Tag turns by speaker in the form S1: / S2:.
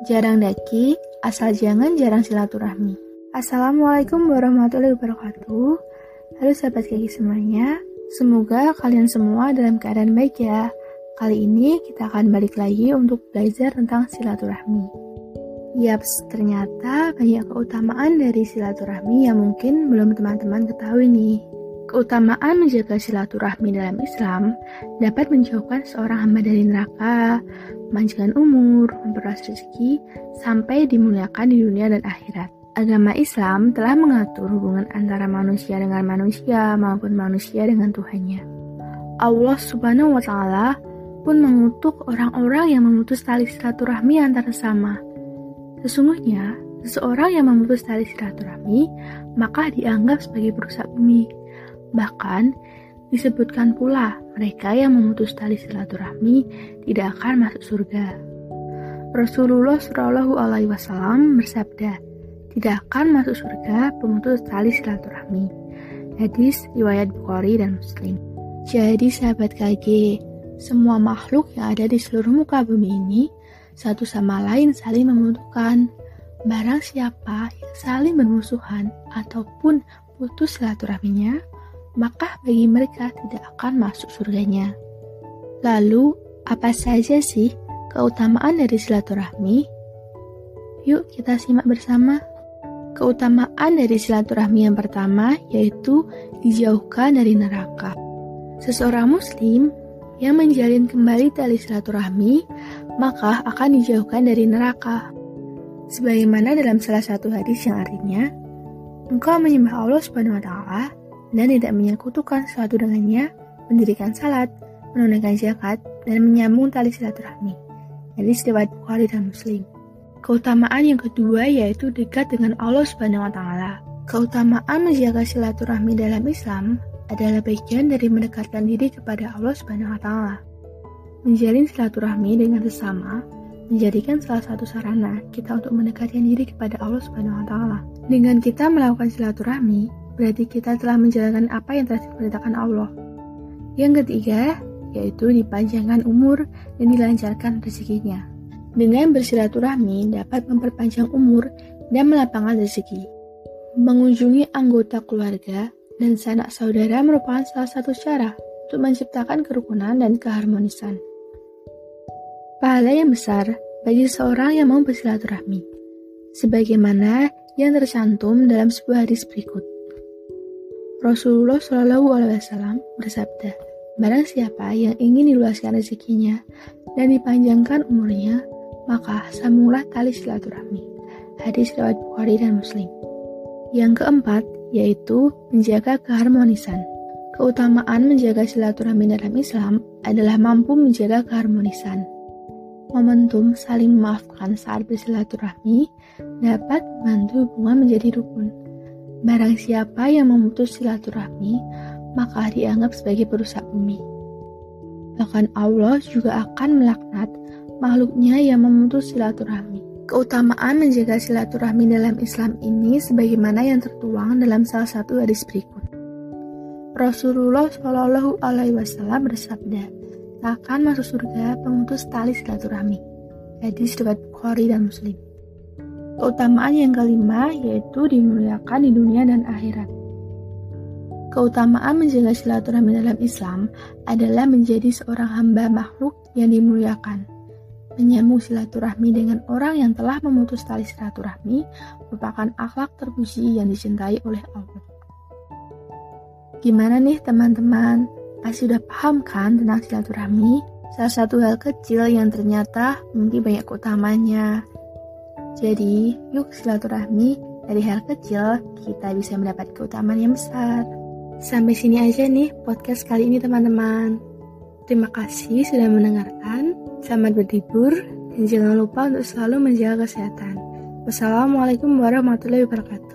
S1: Jarang daki, asal jangan jarang silaturahmi. Assalamualaikum warahmatullahi wabarakatuh. Halo sahabat kaki semuanya, semoga kalian semua dalam keadaan baik ya. Kali ini kita akan balik lagi untuk belajar tentang silaturahmi. Yaps, ternyata banyak keutamaan dari silaturahmi yang mungkin belum teman-teman ketahui nih. Keutamaan menjaga silaturahmi dalam Islam dapat menjauhkan seorang hamba dari neraka, memanjangkan umur, memperluas rezeki, sampai dimuliakan di dunia dan akhirat. Agama Islam telah mengatur hubungan antara manusia dengan manusia maupun manusia dengan Tuhannya. Allah Subhanahu wa Ta'ala pun mengutuk orang-orang yang memutus tali silaturahmi antar sesama. Sesungguhnya, seseorang yang memutus tali silaturahmi maka dianggap sebagai perusak bumi. Bahkan, disebutkan pula mereka yang memutus tali silaturahmi tidak akan masuk surga. Rasulullah Shallallahu Alaihi Wasallam bersabda, tidak akan masuk surga pemutus tali silaturahmi. Hadis riwayat Bukhari dan Muslim. Jadi sahabat KG, semua makhluk yang ada di seluruh muka bumi ini satu sama lain saling membutuhkan. Barang siapa yang saling bermusuhan ataupun putus silaturahminya, maka bagi mereka tidak akan masuk surganya. Lalu, apa saja sih keutamaan dari silaturahmi? Yuk kita simak bersama. Keutamaan dari silaturahmi yang pertama yaitu dijauhkan dari neraka. Seseorang muslim yang menjalin kembali tali silaturahmi, maka akan dijauhkan dari neraka. Sebagaimana dalam salah satu hadis yang artinya, engkau menyembah Allah Subhanahu wa Ta'ala dan tidak menyekutukan sesuatu dengannya, mendirikan salat, menunaikan zakat, dan menyambung tali silaturahmi. Hadis riwayat Bukhari dan Muslim. Keutamaan yang kedua yaitu dekat dengan Allah Subhanahu wa Ta'ala. Keutamaan menjaga silaturahmi dalam Islam adalah bagian dari mendekatkan diri kepada Allah Subhanahu wa Ta'ala. Menjalin silaturahmi dengan sesama menjadikan salah satu sarana kita untuk mendekatkan diri kepada Allah Subhanahu wa Ta'ala. Dengan kita melakukan silaturahmi, berarti kita telah menjalankan apa yang telah diperintahkan Allah. Yang ketiga, yaitu dipanjangkan umur dan dilancarkan rezekinya. Dengan bersilaturahmi dapat memperpanjang umur dan melapangkan rezeki. Mengunjungi anggota keluarga dan sanak saudara merupakan salah satu cara untuk menciptakan kerukunan dan keharmonisan. Pahala yang besar bagi seorang yang mau bersilaturahmi, sebagaimana yang tercantum dalam sebuah hadis berikut. Rasulullah Shallallahu Alaihi Wasallam bersabda, barang siapa yang ingin diluaskan rezekinya dan dipanjangkan umurnya, maka sambunglah tali silaturahmi. Hadis riwayat Bukhari dan Muslim. Yang keempat, yaitu menjaga keharmonisan. Keutamaan menjaga silaturahmi dalam Islam adalah mampu menjaga keharmonisan. Momentum saling memaafkan saat bersilaturahmi dapat membantu hubungan menjadi rukun. Barang siapa yang memutus silaturahmi, maka dianggap sebagai perusak bumi. Bahkan Allah juga akan melaknat makhluknya yang memutus silaturahmi. Keutamaan menjaga silaturahmi dalam Islam ini sebagaimana yang tertuang dalam salah satu hadis berikut. Rasulullah Shallallahu Alaihi Wasallam bersabda, tak akan masuk surga pemutus tali silaturahmi. Hadis riwayat Bukhari dan Muslim. Keutamaan yang kelima yaitu dimuliakan di dunia dan akhirat. Keutamaan menjaga silaturahmi dalam Islam adalah menjadi seorang hamba makhluk yang dimuliakan. Menyambung silaturahmi dengan orang yang telah memutus tali silaturahmi merupakan akhlak terpuji yang dicintai oleh Allah. Gimana nih teman-teman? Pasti udah paham kan tentang silaturahmi? Salah satu hal kecil yang ternyata memiliki banyak keutamanya. Jadi, yuk silaturahmi, dari hal kecil kita bisa mendapat keutamaan yang besar. Sampai sini aja nih podcast kali ini teman-teman. Terima kasih sudah mendengarkan. Selamat berlibur dan jangan lupa untuk selalu menjaga kesehatan. Wassalamualaikum warahmatullahi wabarakatuh.